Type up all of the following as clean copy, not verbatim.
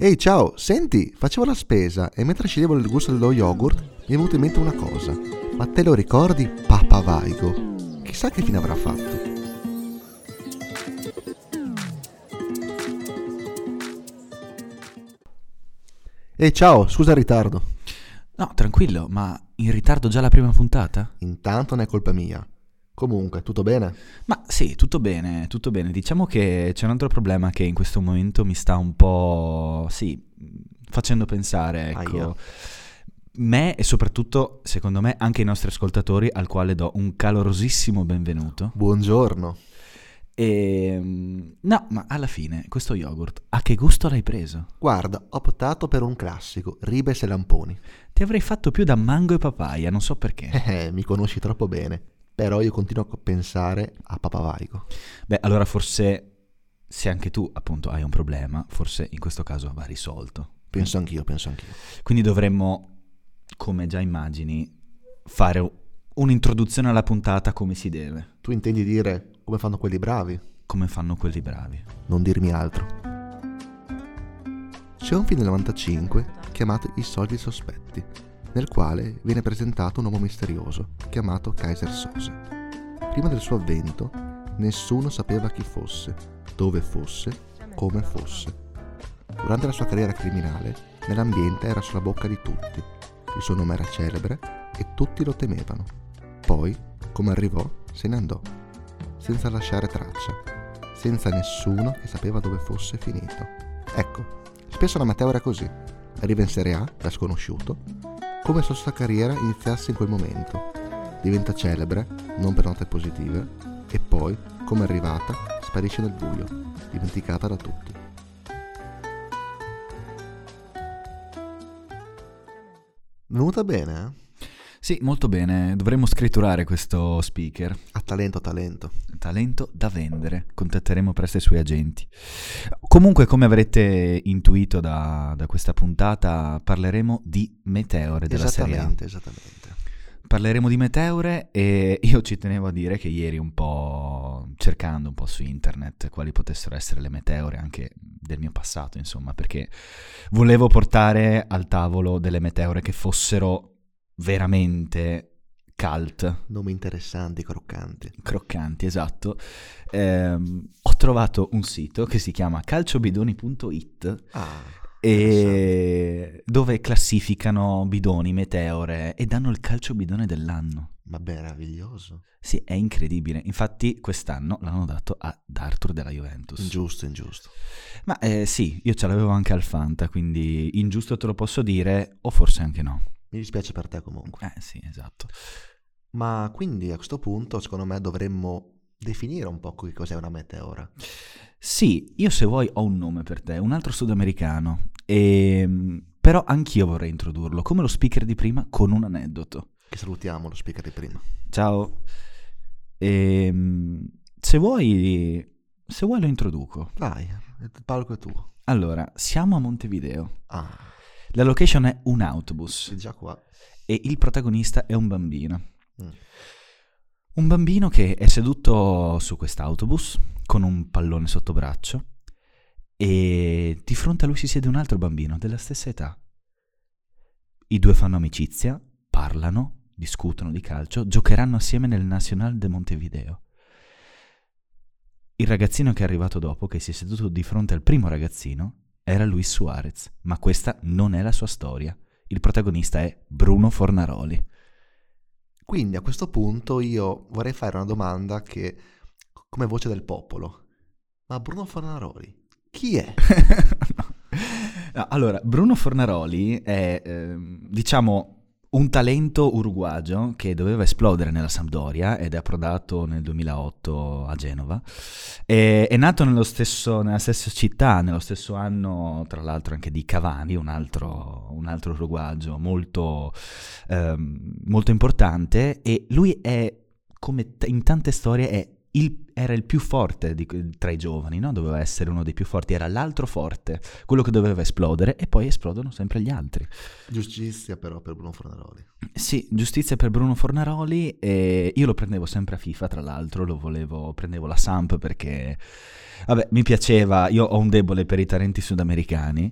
Ehi, ciao, senti, facevo la spesa e mentre sceglievo il gusto dello yogurt mi è venuta in mente una cosa. Ma te lo ricordi Papa Vaigo? Chissà che fine avrà fatto. Ehi, ciao, scusa il ritardo. No, tranquillo, ma in ritardo già la prima puntata? Intanto non è colpa mia. Comunque, tutto bene? Ma sì, tutto bene, tutto bene. Diciamo che c'è un altro problema che in questo momento mi sta un po', facendo pensare, ecco. Aia. Me e soprattutto, secondo me, anche i nostri ascoltatori, al quale do un calorosissimo benvenuto. Buongiorno. No, ma alla fine, questo yogurt, a che gusto l'hai preso? Guarda, ho optato per un classico, Ribes e Lamponi. Ti avrei fatto più da mango e papaya, non so perché. Mi conosci troppo bene. Però io continuo a pensare a Papa Vaigo. Beh, allora forse, se anche tu appunto hai un problema, forse in questo caso va risolto. Penso anch'io. Quindi dovremmo, come già immagini, fare un'introduzione alla puntata come si deve, Tu intendi dire come fanno quelli bravi? come fanno quelli bravi. Non dirmi altro. C'è un film del 95 chiamato I soliti sospetti, nel quale viene presentato un uomo misterioso chiamato Keyser Söze. Prima del suo avvento, nessuno sapeva chi fosse, dove fosse, come fosse. Durante la sua carriera criminale, nell'ambiente era sulla bocca di tutti. Il suo nome era celebre e tutti lo temevano. Poi, come arrivò, se ne andò, senza lasciare traccia, senza nessuno che sapeva dove fosse finito. Ecco, spesso la meteora è così. Arriva in Serie A, da sconosciuto, come se la sua carriera iniziasse in quel momento. Diventa celebre, non per note positive, e poi, come è arrivata, sparisce nel buio, dimenticata da tutti. Venuta bene, eh? Sì, molto bene, dovremmo scritturare questo speaker. Ha talento. Talento da vendere, contatteremo presto i suoi agenti. Comunque, come avrete intuito da questa puntata, parleremo di meteore della Serie A. Esattamente. Parleremo di meteore e io ci tenevo a dire che ieri un po' cercando un po' su internet quali potessero essere le meteore anche del mio passato, insomma, perché volevo portare al tavolo delle meteore che fossero veramente cult. Nomi interessanti, Croccanti, esatto. Ho trovato un sito che si chiama calciobidoni.it e dove classificano bidoni, meteore e danno il calciobidone dell'anno. Ma meraviglioso. Sì, è incredibile. Infatti quest'anno l'hanno dato ad Arthur della Juventus. Ingiusto. Ma sì, io ce l'avevo anche al Fanta, quindi ingiusto te lo posso dire, o forse anche no. Mi dispiace per te comunque. Sì, esatto. Ma quindi a questo punto secondo me dovremmo definire un po' che cos'è una meteora. Sì, io se vuoi ho un nome per te, un altro sudamericano, però anch'io vorrei introdurlo, come lo speaker di prima, con un aneddoto. Che salutiamo lo speaker di prima. Ciao. Se vuoi lo introduco. Vai, il palco è tuo. Allora, siamo a Montevideo. Ah, La location è un autobus sei già qua. e il protagonista è un bambino. Mm. Un bambino che è seduto su quest'autobus con un pallone sotto braccio e di fronte a lui si siede un altro bambino della stessa età. I due fanno amicizia, parlano, discutono di calcio, giocheranno assieme nel Nacional de Montevideo. Il ragazzino che è arrivato dopo, che si è seduto di fronte al primo ragazzino, era Luis Suarez, ma questa non è la sua storia. Il protagonista è Bruno Fornaroli. Quindi a questo punto io vorrei fare una domanda che, come voce del popolo, ma Bruno Fornaroli, chi è? No, allora, Bruno Fornaroli è, diciamo, un talento uruguagio che doveva esplodere nella Sampdoria ed è approdato nel 2008 a Genova. È nato nella stessa città, nello stesso anno, tra l'altro, anche di Cavani, un altro uruguagio molto importante, e lui è, come in tante storie, è era il più forte tra i giovani, no? Doveva essere uno dei più forti, era l'altro forte, quello che doveva esplodere, e poi esplodono sempre gli altri. Giustizia però per Bruno Fornaroli. Sì, giustizia per Bruno Fornaroli, e io lo prendevo sempre a FIFA, tra l'altro, prendevo la Samp perché, vabbè, mi piaceva, io ho un debole per i talenti sudamericani,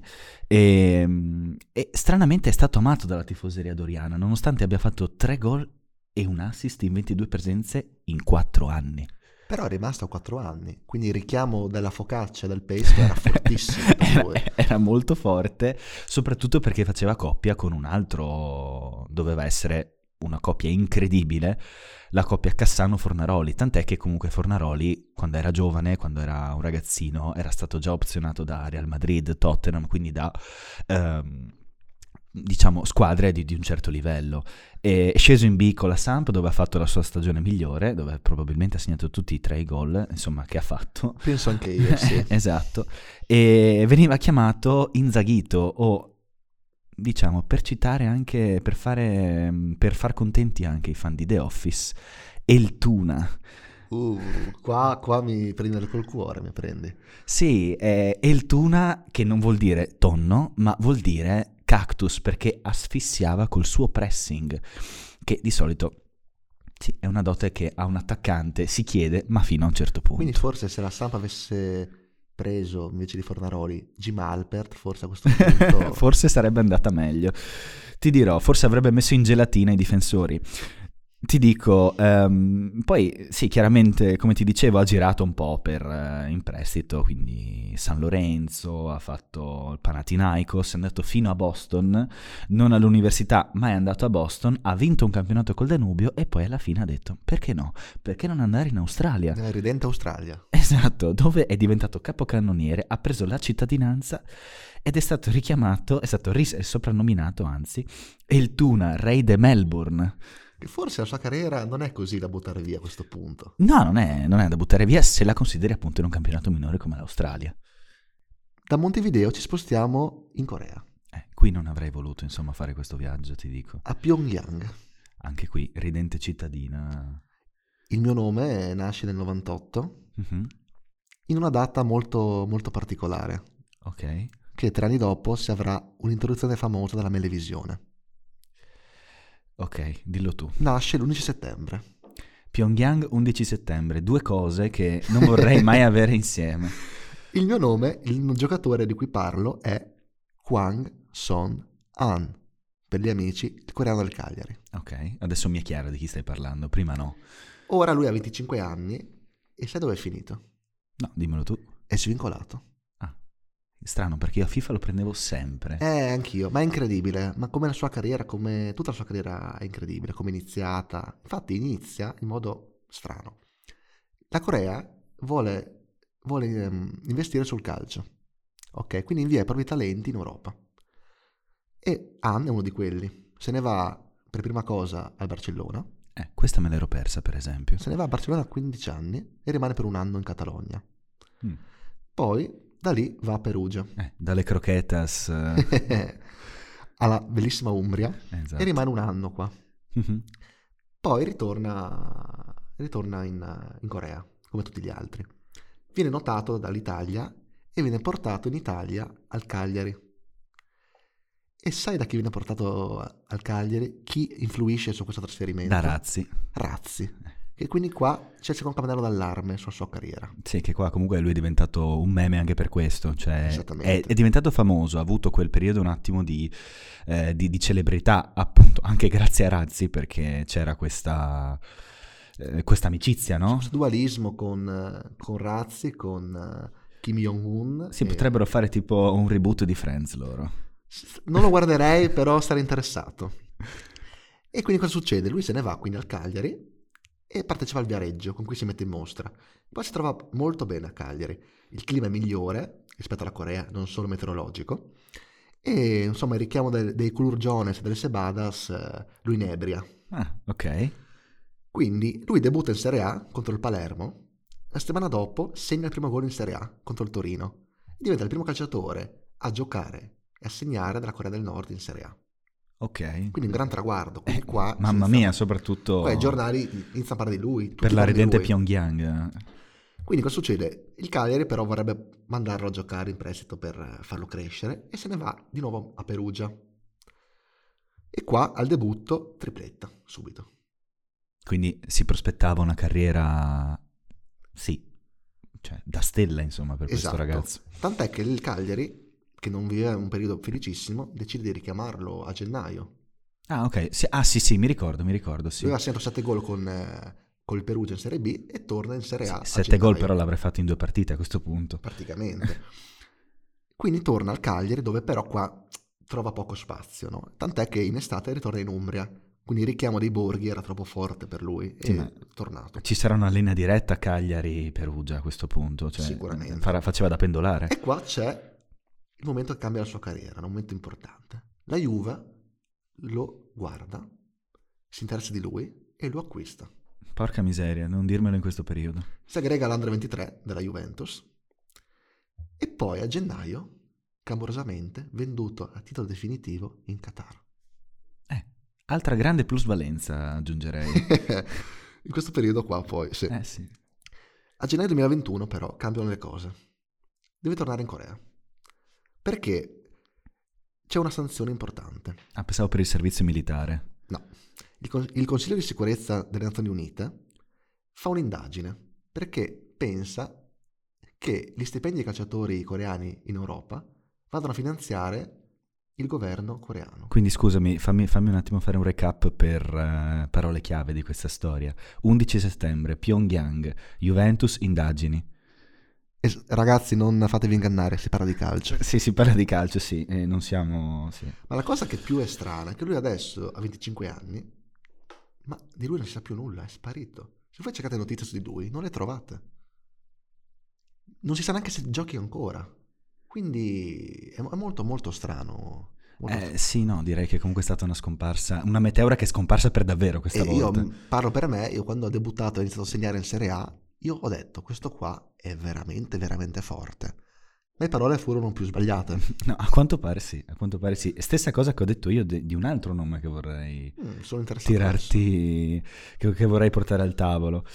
e stranamente è stato amato dalla tifoseria doriana, nonostante abbia fatto 3 gol e un assist in 22 presenze in 4 anni. Però è rimasto a 4 anni, quindi il richiamo della focaccia del pesto era fortissimo per lui. Era molto forte, soprattutto perché faceva coppia con un altro, doveva essere una coppia incredibile, la coppia Cassano-Fornaroli, tant'è che comunque Fornaroli, quando era giovane, quando era un ragazzino, era stato già opzionato da Real Madrid, Tottenham, quindi da diciamo squadre di un certo livello. È sceso in B con la Samp, dove ha fatto la sua stagione migliore, dove probabilmente ha segnato tutti i 3 gol, insomma, che ha fatto. Penso anche io, sì. Esatto. E veniva chiamato Inzaghito, o diciamo, per citare anche, per far contenti anche i fan di The Office, El Tuna. Qua mi prendi col cuore, mi prendi. Sì, è El Tuna, che non vuol dire tonno, ma vuol dire cactus, perché asfissiava col suo pressing, che di solito sì, è una dote che a un attaccante si chiede, ma fino a un certo punto. Quindi forse se la Samp avesse preso invece di Fornaroli Jim Alpert, forse a questo punto forse sarebbe andata meglio. Ti dirò, forse avrebbe messo in gelatina i difensori. Ti dico, poi sì, chiaramente, come ti dicevo, ha girato un po' in prestito, quindi San Lorenzo, ha fatto il Panathinaikos, è andato fino a Boston, non all'università, ma è andato a Boston, ha vinto un campionato col Danubio e poi alla fine ha detto, perché no? Perché non andare in Australia? nella ridente Australia. Esatto, dove è diventato capocannoniere, ha preso la cittadinanza ed è stato richiamato, è stato soprannominato, anzi, El Tuna, re de Melbourne. Che forse la sua carriera non è così da buttare via a questo punto. No, non è da buttare via se la consideri appunto in un campionato minore come l'Australia. Da Montevideo ci spostiamo in Corea. Qui non avrei voluto, insomma, fare questo viaggio, ti dico. A Pyongyang. Anche qui, ridente cittadina. Il mio nome nasce nel 98, in una data molto, molto particolare. Ok. Che 3 anni dopo si avrà un'introduzione famosa della Melevisione. Ok, dillo tu. Nasce l'11 settembre. Pyongyang, 11 settembre, 2 cose che non vorrei mai avere insieme. Il mio nome, il giocatore di cui parlo, è Hwang Son-an, per gli amici, il coreano del Cagliari. Ok, adesso mi è chiaro di chi stai parlando, prima no. Ora lui ha 25 anni e sai dove è finito? No, dimmelo tu. È svincolato. Strano, perché io a FIFA lo prendevo sempre. Anch'io, ma è incredibile. Ma come la sua carriera, come tutta la sua carriera è incredibile, come è iniziata. Infatti inizia in modo strano. La Corea vuole investire sul calcio. Ok, quindi invia i propri talenti in Europa. E Han è uno di quelli. Se ne va per prima cosa al Barcellona. Questa me l'ero persa, per esempio. Se ne va a Barcellona a 15 anni e rimane per un anno in Catalogna. Poi da lì va a Perugia. Dalle croquetas. Alla bellissima Umbria. Esatto. E rimane un anno qua. Poi ritorna in Corea, come tutti gli altri. Viene notato dall'Italia e viene portato in Italia al Cagliari. E sai da chi viene portato al Cagliari? Chi influisce su questo trasferimento? Da Razzi. E quindi qua c'è il secondo campanello d'allarme sulla sua carriera. Sì, che qua comunque lui è diventato un meme anche per questo, cioè Esattamente. è diventato famoso, ha avuto quel periodo un attimo di celebrità, appunto, anche grazie a Razzi, perché c'era questa amicizia, no? Questo dualismo con Razzi, con Kim Jong-un. Sì, potrebbero fare tipo un reboot di Friends loro. Non lo guarderei, però sarei interessato. E quindi cosa succede? Lui se ne va quindi al Cagliari e partecipa al Viareggio, con cui si mette in mostra. Poi si trova molto bene a Cagliari. Il clima è migliore rispetto alla Corea, non solo meteorologico. E insomma il richiamo dei Kulur Jones e delle Sebadas lui inebria. Ok. Quindi lui debutta in Serie A contro il Palermo. La settimana dopo segna il primo gol in Serie A contro il Torino. Diventa il primo calciatore a giocare e a segnare della Corea del Nord in Serie A. Ok. Quindi un gran traguardo. Quindi qua Mamma mia, soprattutto poi i giornali iniziano a parlare di lui. Tutti per la parlano di ridente lui. Pyongyang. Quindi cosa succede? Il Cagliari però vorrebbe mandarlo a giocare in prestito per farlo crescere e se ne va di nuovo a Perugia. E qua al debutto tripletta, subito. Quindi si prospettava una carriera, sì, cioè da stella insomma per questo ragazzo. Tant'è che il Cagliari, che non viveva un periodo felicissimo, decide di richiamarlo a gennaio. Ah, ok. Sì, mi ricordo, sì. Aveva segnato 7 gol con il Perugia in Serie B e torna in Serie A. Sì, 7 gol però l'avrei fatto in 2 partite a questo punto. Praticamente. Quindi torna al Cagliari, dove però qua trova poco spazio, no? Tant'è che in estate ritorna in Umbria. Quindi il richiamo dei Borghi era troppo forte per lui e è tornato. Ci sarà una linea diretta Cagliari-Perugia a questo punto. Cioè, sicuramente. Faceva da pendolare. E qua c'è il momento che cambia la sua carriera, un momento importante. La Juve lo guarda, si interessa di lui e lo acquista. Porca miseria, non dirmelo in questo periodo. Si aggrega all'Under 23 della Juventus e poi a gennaio, clamorosamente, venduto a titolo definitivo in Qatar. Altra grande plusvalenza, aggiungerei. In questo periodo qua poi, sì. Sì. A gennaio 2021 però cambiano le cose. Deve tornare in Corea. Perché c'è una sanzione importante. Ah, pensavo per il servizio militare. No. Il Consiglio di sicurezza delle Nazioni Unite fa un'indagine perché pensa che gli stipendi ai calciatori coreani in Europa vadano a finanziare il governo coreano. Quindi scusami, fammi un attimo fare un recap per parole chiave di questa storia. 11 settembre, Pyongyang, Juventus, indagini. Ragazzi, non fatevi ingannare, si parla di calcio. Sì, si parla di calcio, sì, non siamo... Sì. Ma la cosa che più è strana è che lui adesso ha 25 anni, ma di lui non si sa più nulla, è sparito. Se voi cercate notizie su di lui, non le trovate. Non si sa neanche se giochi ancora. Quindi è molto molto strano. Sì, no, direi che comunque è stata una scomparsa, una meteora che è scomparsa per davvero questa volta. Io parlo per me, io quando ho debuttato e ho iniziato a segnare in Serie A, io ho detto, questo qua è veramente, veramente forte. Le parole furono più sbagliate. No, a quanto pare sì. Stessa cosa che ho detto io di un altro nome che vorrei tirarti, che vorrei portare al tavolo.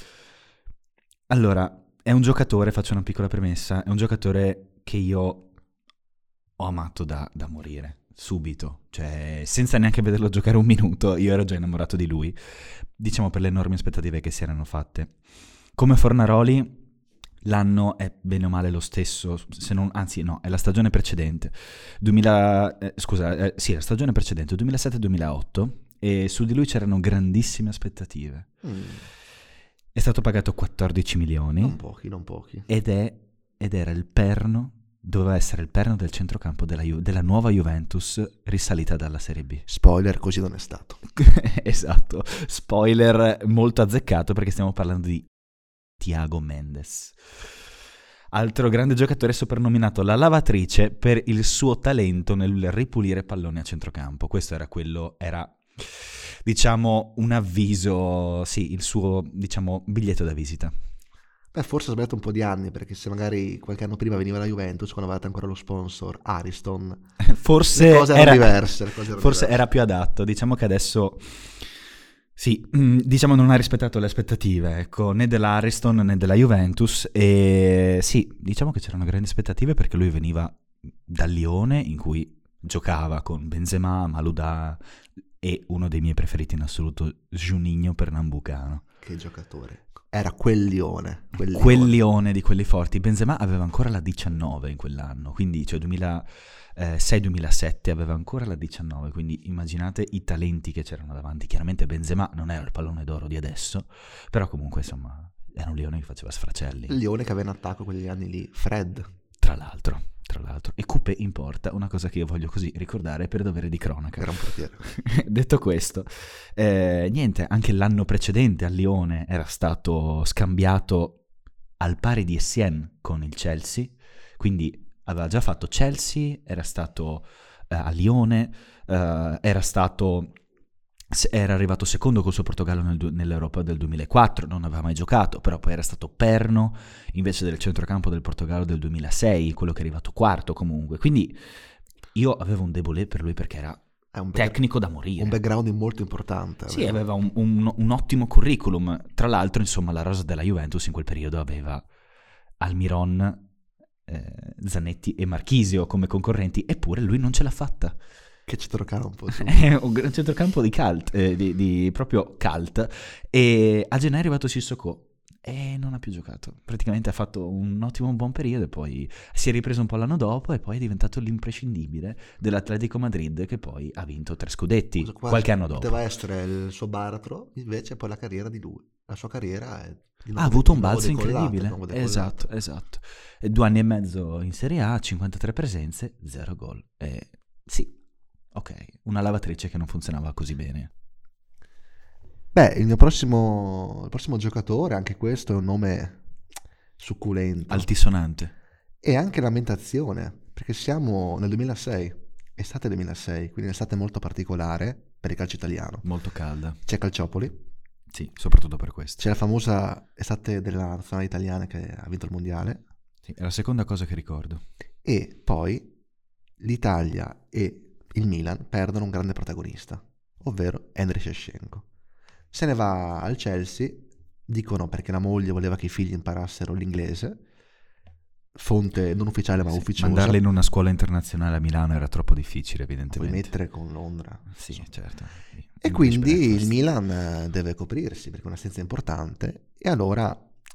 Allora, è un giocatore, faccio una piccola premessa, è un giocatore che io ho amato da morire, subito. Cioè, senza neanche vederlo giocare un minuto, io ero già innamorato di lui. Diciamo per le enormi aspettative che si erano fatte. Come Fornaroli, l'anno è bene o male lo stesso, se non, anzi no, è la stagione precedente, la stagione precedente, 2007-2008, e su di lui c'erano grandissime aspettative. È stato pagato 14 milioni. Non pochi. Ed era il perno, doveva essere il perno del centrocampo della nuova Juventus risalita dalla Serie B. Spoiler, così non è stato. Esatto, spoiler molto azzeccato perché stiamo parlando di Thiago Mendes, altro grande giocatore soprannominato la lavatrice per il suo talento nel ripulire palloni a centrocampo. Questo era diciamo un avviso, sì, il suo, diciamo, biglietto da visita. Forse ho sbagliato un po' di anni, perché se magari qualche anno prima veniva la Juventus, quando avevate ancora lo sponsor Ariston, forse le cose erano diverse. Forse era più adatto. Diciamo che adesso sì, diciamo non ha rispettato le aspettative, ecco, né dell'Ariston né della Juventus, e sì, diciamo che c'erano grandi aspettative perché lui veniva dal Lione, in cui giocava con Benzema, Malouda e uno dei miei preferiti in assoluto, Juninho Pernambucano. Che giocatore. Era quel Lione. Quel Lione di quelli forti. Benzema aveva ancora la 19 in quell'anno, quindi cioè 2006-2007 aveva ancora la 19, quindi immaginate i talenti che c'erano davanti. Chiaramente Benzema non era il pallone d'oro di adesso, però comunque insomma era un Lione che faceva sfracelli. Il Lione che aveva in attacco quegli anni lì, Fred. Tra l'altro. E Coupé in porta, una cosa che io voglio così ricordare per dovere di cronaca. Era un portiere. Detto questo, niente, anche l'anno precedente al Lione era stato scambiato al pari di Essien con il Chelsea, quindi aveva già fatto Chelsea, era stato a Lione, era arrivato secondo col suo Portogallo nell'Europa del 2004, non aveva mai giocato, però poi era stato perno invece del centrocampo del Portogallo del 2006, quello che è arrivato quarto comunque. Quindi io avevo un debole per lui perché era È un tecnico da morire. Un background molto importante. Sì, aveva un ottimo curriculum. Tra l'altro, insomma, la rosa della Juventus in quel periodo aveva Almiron, Zanetti e Marchisio come concorrenti, eppure lui non ce l'ha fatta. Che centrocampo. È un centrocampo di cult, di proprio cult. E a gennaio è arrivato Sissoko e non ha più giocato. Praticamente ha fatto un buon periodo e poi si è ripreso un po' l'anno dopo e poi è diventato l'imprescindibile dell'Atletico Madrid, che poi ha vinto 3 scudetti qualche anno dopo. Poteva essere il suo baratro, invece poi la carriera di lui. La sua carriera è ha avuto un balzo incredibile. Esatto. E 2 anni e mezzo in Serie A, 53 presenze, 0 gol. Sì, ok, una lavatrice che non funzionava così bene. Beh, il prossimo giocatore, anche questo è un nome succulento. Altisonante. E anche l'ambientazione, perché siamo nel 2006, estate 2006, quindi un'estate molto particolare per il calcio italiano. Molto calda. C'è Calciopoli. Sì, soprattutto per questo. C'è la famosa estate della nazionale italiana che ha vinto il mondiale. Sì, è la seconda cosa che ricordo. E poi l'Italia e il Milan perdono un grande protagonista, ovvero Henry Shevchenko. Se ne va al Chelsea, dicono perché la moglie voleva che i figli imparassero l'inglese, fonte non ufficiale ma ufficiosa. Mandarli in una scuola internazionale a Milano era troppo difficile, evidentemente. Puoi mettere con Londra. Sì, certo. E quindi il Milan deve coprirsi perché è un'assenza importante, e allora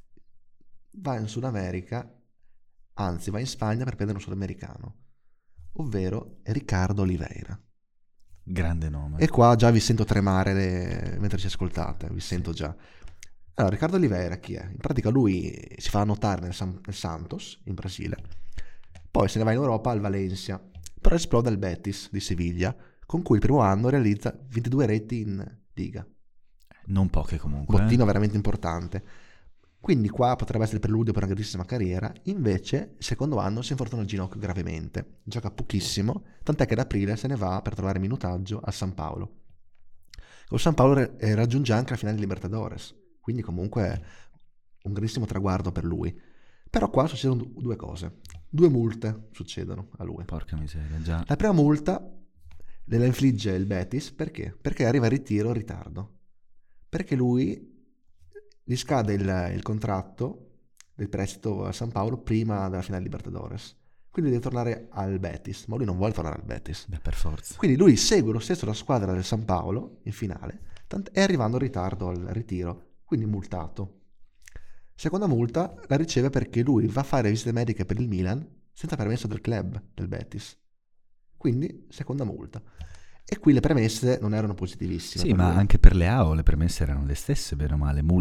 va in Sud America, anzi va in Spagna per prendere un sudamericano, ovvero Ricardo Oliveira. Grande nome. E qua già vi sento tremare mentre ci ascoltate, vi sento già. Allora, Ricardo Oliveira chi è? In pratica lui si fa annotare nel Santos, in Brasile, poi se ne va in Europa al Valencia, però esplode al Betis di Siviglia, con cui il primo anno realizza 22 reti in Liga. Non poche comunque. Bottino veramente importante. Quindi qua potrebbe essere il preludio per una grandissima carriera. Invece, il secondo anno si infortuna al ginocchio gravemente. Gioca pochissimo, tant'è che ad aprile se ne va per trovare minutaggio al San Paolo. Con San Paolo raggiunge anche la finale di Libertadores. Quindi comunque un grandissimo traguardo per lui. Però qua succedono 2 cose. 2 multe succedono a lui. Porca miseria, già. La prima multa la infligge il Betis perché? Perché arriva in ritiro in ritardo. Perché lui gli scade il contratto del prestito a San Paolo prima della finale Libertadores, quindi deve tornare al Betis, ma lui non vuole tornare al Betis. Beh, per forza. Quindi lui segue lo stesso la squadra del San Paolo in finale, e arrivando in ritardo al ritiro, quindi multato. Seconda multa la riceve perché lui va a fare visite mediche per il Milan senza permesso del club del Betis, quindi seconda multa. E qui le premesse non erano positivissime. Sì, ma lui. Anche per le AO le premesse erano le stesse, bene o male. Le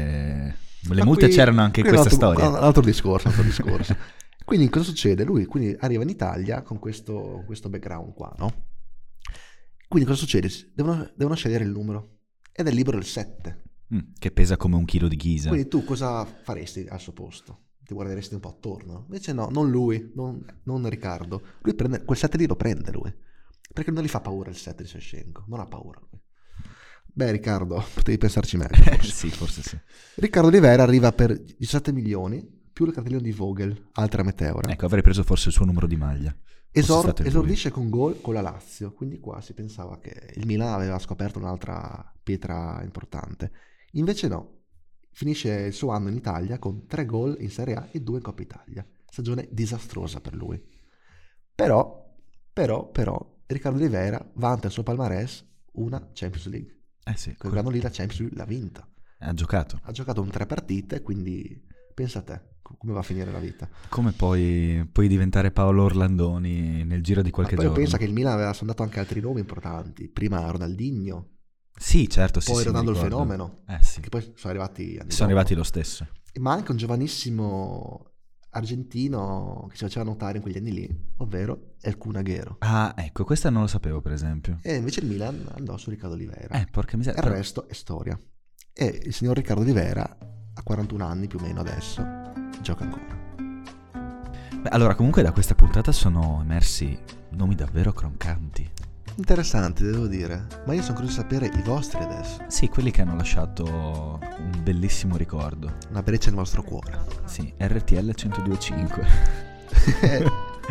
multe c'erano anche in questa storia. Un altro discorso. Quindi cosa succede? Lui quindi arriva in Italia con questo background qua, no? Quindi cosa succede? Devono scegliere il numero, ed è libero il 7. Che pesa come 1 chilo di ghisa. Quindi tu cosa faresti al suo posto? Ti guarderesti un po' attorno? Invece no, non lui, non Riccardo. Lui prende quel 7 lì, lo prende lui. Perché non gli fa paura il 7 di Shevchenko, non ha paura lui. Beh, Riccardo, potevi pensarci meglio. Sì, forse sì. Riccardo Oliveira arriva per 17 milioni, più il cartellino di Vogel, altra meteora. Ecco, avrei preso forse il suo numero di maglia. Esordisce con gol con la Lazio, quindi qua si pensava che il Milan aveva scoperto un'altra pietra importante. Invece no, finisce il suo anno in Italia con 3 gol in Serie A e 2 in Coppa Italia. Stagione disastrosa per lui. Però Riccardo Oliveira vanta il suo palmarès una Champions League. Sì. Quell'anno lì la Champions League l'ha vinta. Ha giocato in 3 partite, quindi pensa a te come va a finire la vita. Come puoi diventare Paolo Orlandoni nel giro di qualche giorno. Poi pensa che il Milan aveva sondato anche altri nomi importanti. Prima Ronaldinho. Sì, certo. Poi sì, Ronaldo il fenomeno. Sì. Che poi sono arrivati lo stesso. Ma anche un giovanissimo argentino che si faceva notare in quegli anni lì, ovvero El Kun Agüero. Ah, ecco, questa non lo sapevo, per esempio. E invece il Milan andò su Riccardo Oliveira. Porca miseria. Il resto è storia. E il signor Riccardo Oliveira, a 41 anni più o meno adesso, gioca ancora. Beh, allora, comunque da questa puntata sono emersi nomi davvero croncanti. Interessanti, devo dire. Ma io sono curioso di sapere i vostri adesso. Sì, quelli che hanno lasciato un bellissimo ricordo. Una breccia nel vostro cuore. Sì, RTL 102.5.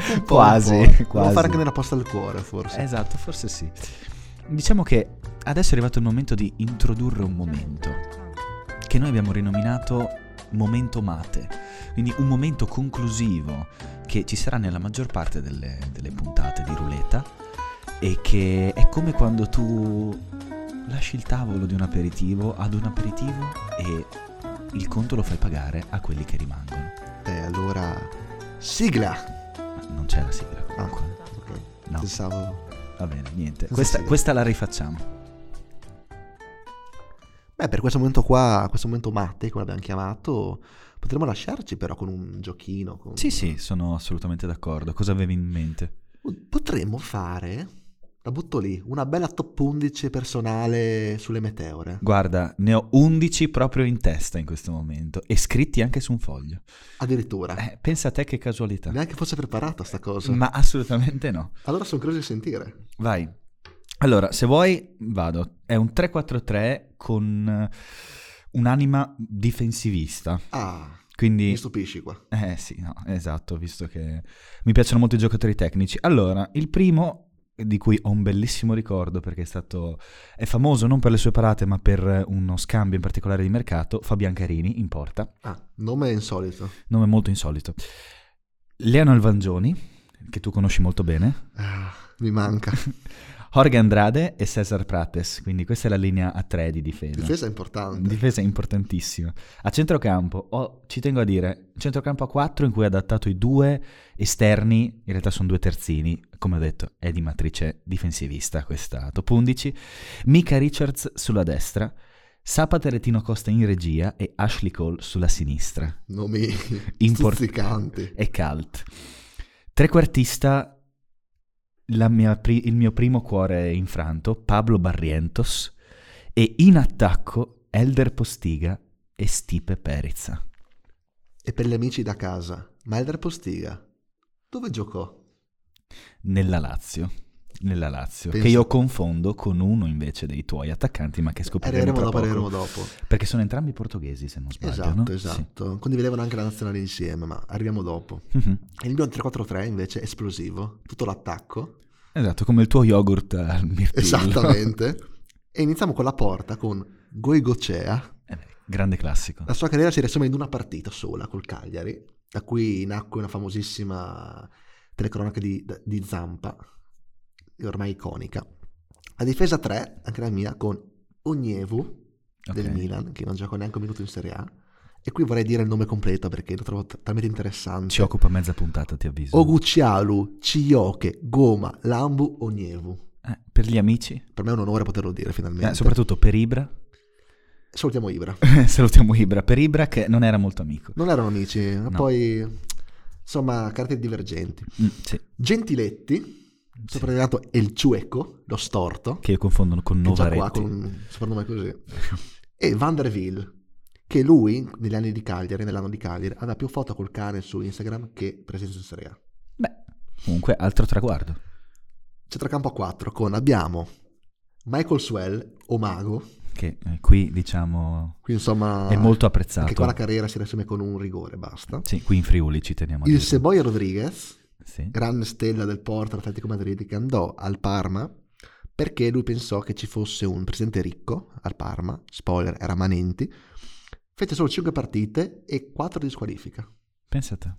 Quasi. Devo fare anche nella posta del cuore, forse. Esatto, forse sì. Diciamo che adesso è arrivato il momento di introdurre un momento che noi abbiamo rinominato momento mate, quindi un momento conclusivo che ci sarà nella maggior parte delle puntate di Ruleta e che è come quando tu lasci il tavolo di un aperitivo ad un aperitivo e il conto lo fai pagare a quelli che rimangono. Allora, sigla! Ma non c'è la sigla comunque. Ok. No. Pensavo... Va bene, niente. Senza Questa la rifacciamo. Beh, per questo momento qua, questo momento matte, come l'abbiamo chiamato, potremmo lasciarci però con un giochino. Con... Sì, sono assolutamente d'accordo. Cosa avevi in mente? Potremmo fare, la butto lì, una bella top 11 personale sulle meteore. Guarda, ne ho 11 proprio in testa in questo momento e scritti anche su un foglio. Addirittura. Pensa a te che casualità. Neanche fosse preparata sta cosa. Ma assolutamente no. Allora sono curioso di sentire. Vai. Allora, se vuoi, vado. È un 3-4-3 con un'anima difensivista. Quindi... mi stupisci qua. Sì, no, esatto, visto che mi piacciono molto i giocatori tecnici. Allora, il primo, di cui ho un bellissimo ricordo perché è famoso non per le sue parate ma per uno scambio in particolare di mercato, Fabian Carini in porta. Nome insolito. Nome molto insolito. Leonel Vangioni, che tu conosci molto bene. Mi manca. Jorge Andrade e César Prates, quindi questa è la linea a 3 di difesa. Difesa importante. Difesa importantissima. A centrocampo, ci tengo a dire, centrocampo a 4 in cui ha adattato i 2 esterni, in realtà sono 2 terzini, come ho detto è di matrice difensivista questa top 11, Mika Richards sulla destra, Sapater e Tino Costa in regia e Ashley Cole sulla sinistra. Nomi stuzzicanti. E cult. Trequartista, il mio primo cuore infranto, Pablo Barrientos, e in attacco Elder Postiga e Stipe Perica. E per gli amici da casa, ma Elder Postiga dove giocò? Nella Lazio, che io confondo con uno invece dei tuoi attaccanti, ma che scopriremo tra poco. Dopo. Perché sono entrambi portoghesi, se non sbaglio, esatto, no? Esatto. Sì. Condividevano anche la nazionale insieme, ma arriviamo dopo. Mm-hmm. E il mio 3-4-3 invece è esplosivo, tutto l'attacco. Esatto, come il tuo yogurt al mirtillo. Esattamente. E iniziamo con la porta con Goigocea. Grande classico. La sua carriera si riassume in una partita sola col Cagliari, da cui nacque una famosissima telecronaca di Zampa, ormai iconica. La difesa 3, anche la mia, con Ogniewu del Milan, che non gioca neanche un minuto in Serie A. E qui vorrei dire il nome completo perché lo trovo talmente interessante. Ci occupa mezza puntata, ti avviso. Oguchialu, Ciyoke, Goma, Lambu, Ogniewu. Per gli amici? Per me è un onore poterlo dire finalmente. Soprattutto per Ibra. Salutiamo Ibra. Salutiamo Ibra. Per Ibra che non era molto amico. Non erano amici, ma no. Poi insomma carte divergenti. Sì. Gentiletti, soprattutto El Ciueco, lo storto. Che confondono con Novaretti. Qua con un soprannome così. E Van der Wiel, che lui nell'anno di Cagliari aveva più foto col cane su Instagram che presenza in Serie A. Beh, comunque altro traguardo. Centrocampo a 4 abbiamo Michael Swell o Mago, che qui diciamo qui, insomma, è molto apprezzato. Anche qua la carriera si riassume con un rigore, basta. Sì, qui in Friuli ci teniamo a il dire. Seboia Rodriguez, sì. Grande stella del Porto Atletico Madrid, che andò al Parma perché lui pensò che ci fosse un presidente ricco al Parma, spoiler, era Manenti, fece solo 5 partite e 4 di squalifica. Pensa a te.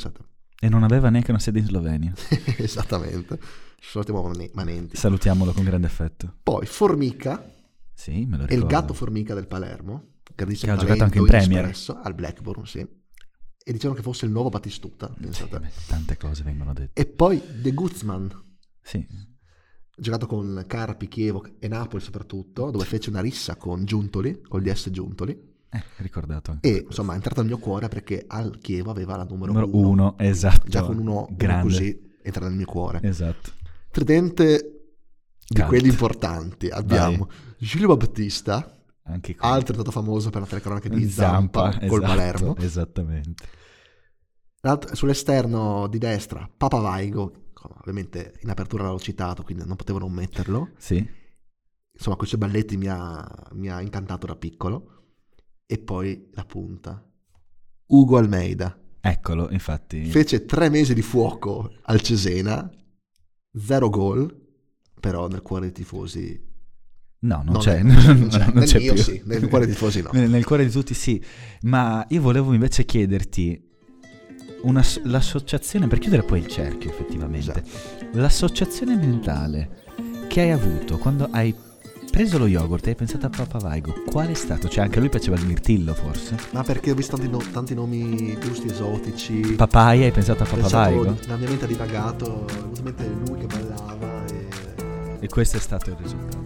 E non aveva neanche una sede in Slovenia. Esattamente. Salutiamo Manenti. Salutiamolo con grande affetto. Poi Formica, sì, me lo ricordo. E il gatto Formica del Palermo, che ha giocato anche in Premier. Al Blackburn, sì. E dicevano che fosse il nuovo Battistuta. Pensate. Sì, tante cose vengono dette. E poi De Guzman. Sì. Giocato con Carpi, Chievo e Napoli soprattutto, dove fece una rissa con Giuntoli, con gli S Giuntoli. Ricordato anche. E insomma è entrato nel mio cuore perché al Chievo aveva la numero 1. Esatto. Già con uno così entra nel mio cuore. Esatto. Tridente di quelli importanti abbiamo Giulio Battista, anche altrettanto famoso per la telecronaca di Zampa col Palermo. Esattamente. Sull'esterno di destra Papa Vaigo, ovviamente in apertura l'avevo citato, quindi non potevo non metterlo. Sì. Insomma, questi balletti mi ha incantato da piccolo. E poi la punta Ugo Almeida, Eccolo, infatti. Fece 3 mesi di fuoco al Cesena, 0 gol, però nel cuore dei tifosi... No, non Non c'è, è- non nel c'è mio più. sì, nel cuore dei tifosi no. Nel cuore di tutti sì, ma io volevo invece chiederti l'associazione, per chiudere poi il cerchio effettivamente, Esatto. l'associazione mentale che hai avuto quando hai preso lo yogurt e hai pensato a Papa Vaigo, qual è stato? Cioè anche lui piaceva il mirtillo forse? Ma perché ho visto tanti nomi giusti, esotici. Papaya, hai pensato a Papa Vaigo? La mia mente ha divagato, è venuto in mente lui che ballava e... E questo è stato il risultato.